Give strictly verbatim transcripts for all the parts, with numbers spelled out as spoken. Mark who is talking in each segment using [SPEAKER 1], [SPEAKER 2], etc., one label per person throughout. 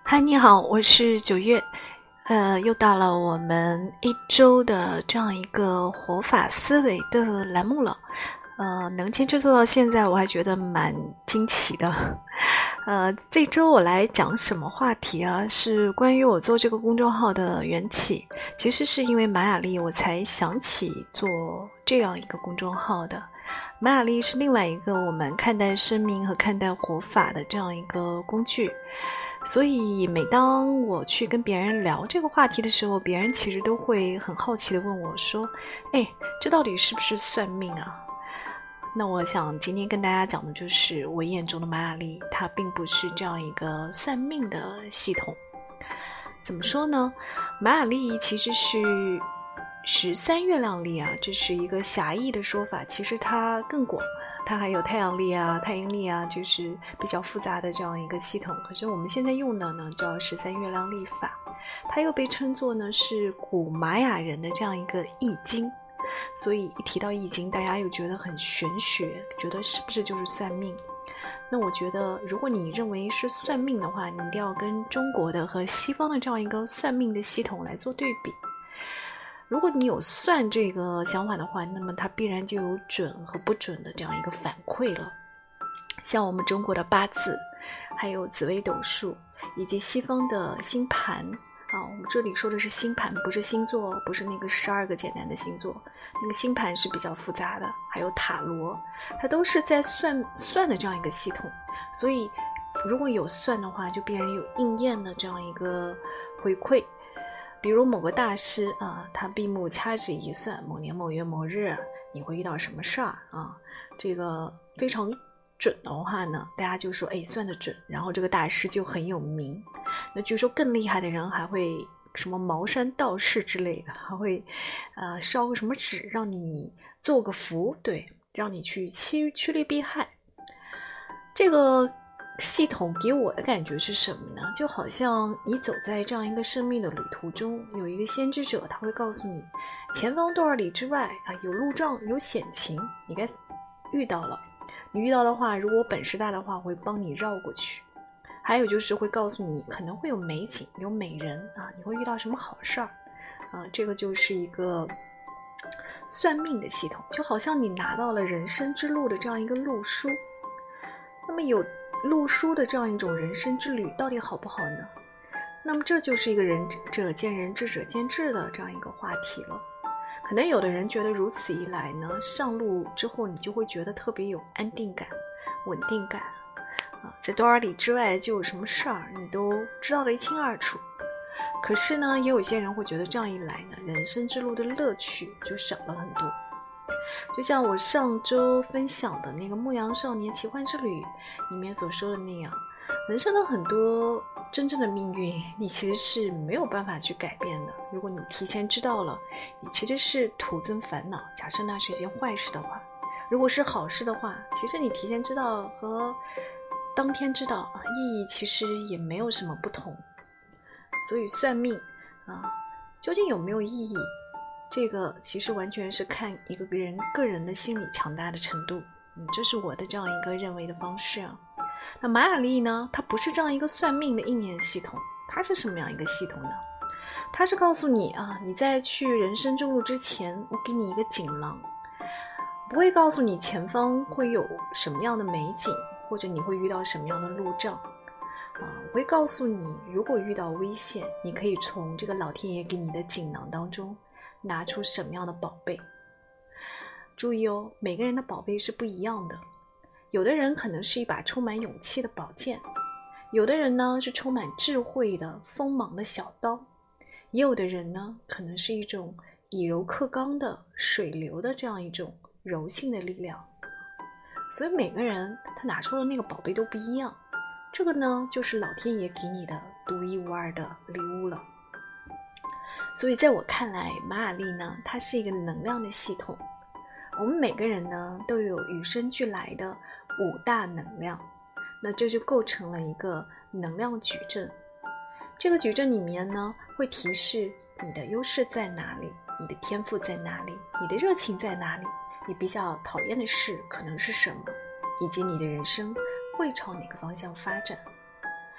[SPEAKER 1] 嗨，你好，我是九月，呃，又到了我们一周的这样一个活法思维的栏目了，呃，能坚持做到现在，我还觉得蛮惊奇的。呃，这周我来讲什么话题啊？是关于我做这个公众号的缘起，其实是因为马雅历我才想起做这样一个公众号的。马雅历是另外一个我们看待生命和看待活法的这样一个工具。所以每当我去跟别人聊这个话题的时候，别人其实都会很好奇地问我说，哎，这到底是不是算命啊？那我想今天跟大家讲的就是我眼中的马雅历，它并不是这样一个算命的系统。怎么说呢？马雅历其实是十三月亮历啊，这是一个狭义的说法，其实它更广，它还有太阳历啊、太阴历啊，就是比较复杂的这样一个系统。可是我们现在用的呢叫十三月亮历法，它又被称作呢是古玛雅人的这样一个易经。所以一提到易经，大家又觉得很玄学，觉得是不是就是算命？那我觉得如果你认为是算命的话，你一定要跟中国的和西方的这样一个算命的系统来做对比。如果你有算这个想法的话，那么它必然就有准和不准的这样一个反馈了。像我们中国的八字，还有紫微斗数，以及西方的星盘啊，我们这里说的是星盘，不是星座，不是那个十二个简单的星座，那个星盘是比较复杂的，还有塔罗，它都是在算算的这样一个系统。所以如果有算的话，就必然有应验的这样一个回馈。比如某个大师啊，他闭目掐指一算，某年某月某日你会遇到什么事儿啊，这个非常准的话呢，大家就说哎算得准，然后这个大师就很有名。那据说更厉害的人还会什么茅山道士之类的，还会呃烧个什么纸让你做个符，对，让你去趋趋利避害。这个系统给我的感觉是什么呢？就好像你走在这样一个生命的旅途中，有一个先知者，他会告诉你前方多少里之外啊，有路障有险情，你该遇到了，你遇到的话，如果本事大的话，我会帮你绕过去。还有就是会告诉你可能会有美景有美人啊，你会遇到什么好事儿啊，这个就是一个算命的系统，就好像你拿到了人生之路的这样一个路书。那么有路书的这样一种人生之旅到底好不好呢？那么这就是一个仁者见仁智者见智的这样一个话题了。可能有的人觉得如此一来呢，上路之后你就会觉得特别有安定感稳定感啊，在多少里之外就有什么事儿你都知道得一清二楚。可是呢，也有些人会觉得这样一来呢，人生之路的乐趣就少了很多。就像我上周分享的那个牧羊少年奇幻之旅里面所说的那样，人生的很多真正的命运你其实是没有办法去改变的。如果你提前知道了，你其实是徒增烦恼，假设那是一件坏事的话。如果是好事的话，其实你提前知道和当天知道啊，意义其实也没有什么不同。所以算命啊，究竟有没有意义，这个其实完全是看一个人个人的心理强大的程度。嗯，这是我的这样一个认为的方式啊。那马雅历呢，它不是这样一个算命的意念系统，它是什么样一个系统呢？它是告诉你啊，你在去人生之路之前，我给你一个锦囊，不会告诉你前方会有什么样的美景，或者你会遇到什么样的路障啊，我会告诉你，如果遇到危险，你可以从这个老天爷给你的锦囊当中拿出什么样的宝贝。注意哦，每个人的宝贝是不一样的。有的人可能是一把充满勇气的宝剑，有的人呢是充满智慧的锋芒的小刀，也有的人呢可能是一种以柔克刚的水流的这样一种柔性的力量。所以每个人他拿出的那个宝贝都不一样，这个呢就是老天爷给你的独一无二的礼物了。所以在我看来，马雅历呢，它是一个能量的系统。我们每个人呢都有与生俱来的五大能量，那这就构成了一个能量矩阵。这个矩阵里面呢会提示你的优势在哪里，你的天赋在哪里，你的热情在哪里，你比较讨厌的事可能是什么，以及你的人生会朝哪个方向发展。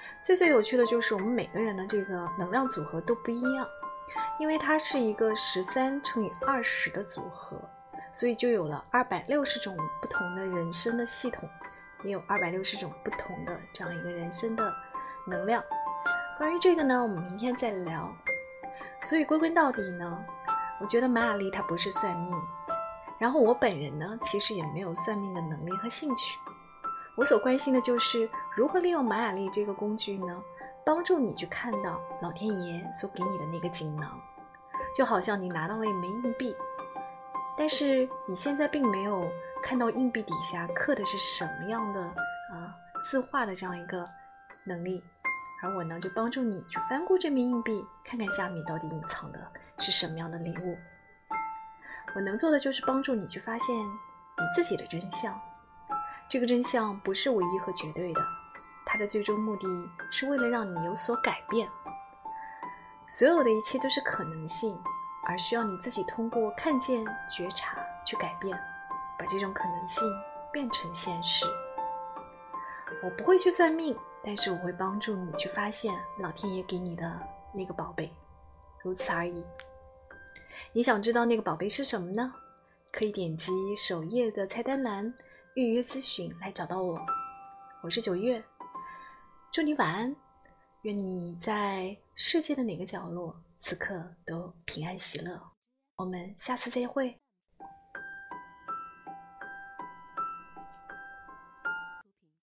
[SPEAKER 1] 最最有趣的就是我们每个人的这个能量组合都不一样，因为它是一个十三乘以二十的组合，所以就有了二百六十种不同的人生的系统，也有二百六十种不同的这样一个人生的能量。关于这个呢，我们明天再聊。所以归根到底呢，我觉得玛雅历它不是算命，然后我本人呢，其实也没有算命的能力和兴趣。我所关心的就是如何利用玛雅历这个工具呢，帮助你去看到老天爷所给你的那个锦囊。就好像你拿到了一枚硬币，但是你现在并没有看到硬币底下刻的是什么样的啊字画的这样一个能力，而我呢就帮助你去翻过这枚硬币，看看下面到底隐藏的是什么样的礼物。我能做的就是帮助你去发现你自己的真相。这个真相不是唯一和绝对的，它的最终目的是为了让你有所改变。所有的一切都是可能性，而需要你自己通过看见、觉察去改变，把这种可能性变成现实。我不会去算命，但是我会帮助你去发现老天爷给你的那个宝贝，如此而已。你想知道那个宝贝是什么呢？可以点击首页的菜单栏预约咨询来找到我。我是九月，祝你晚安，愿你在世界的哪个角落此刻都平安喜乐。我们下次再会。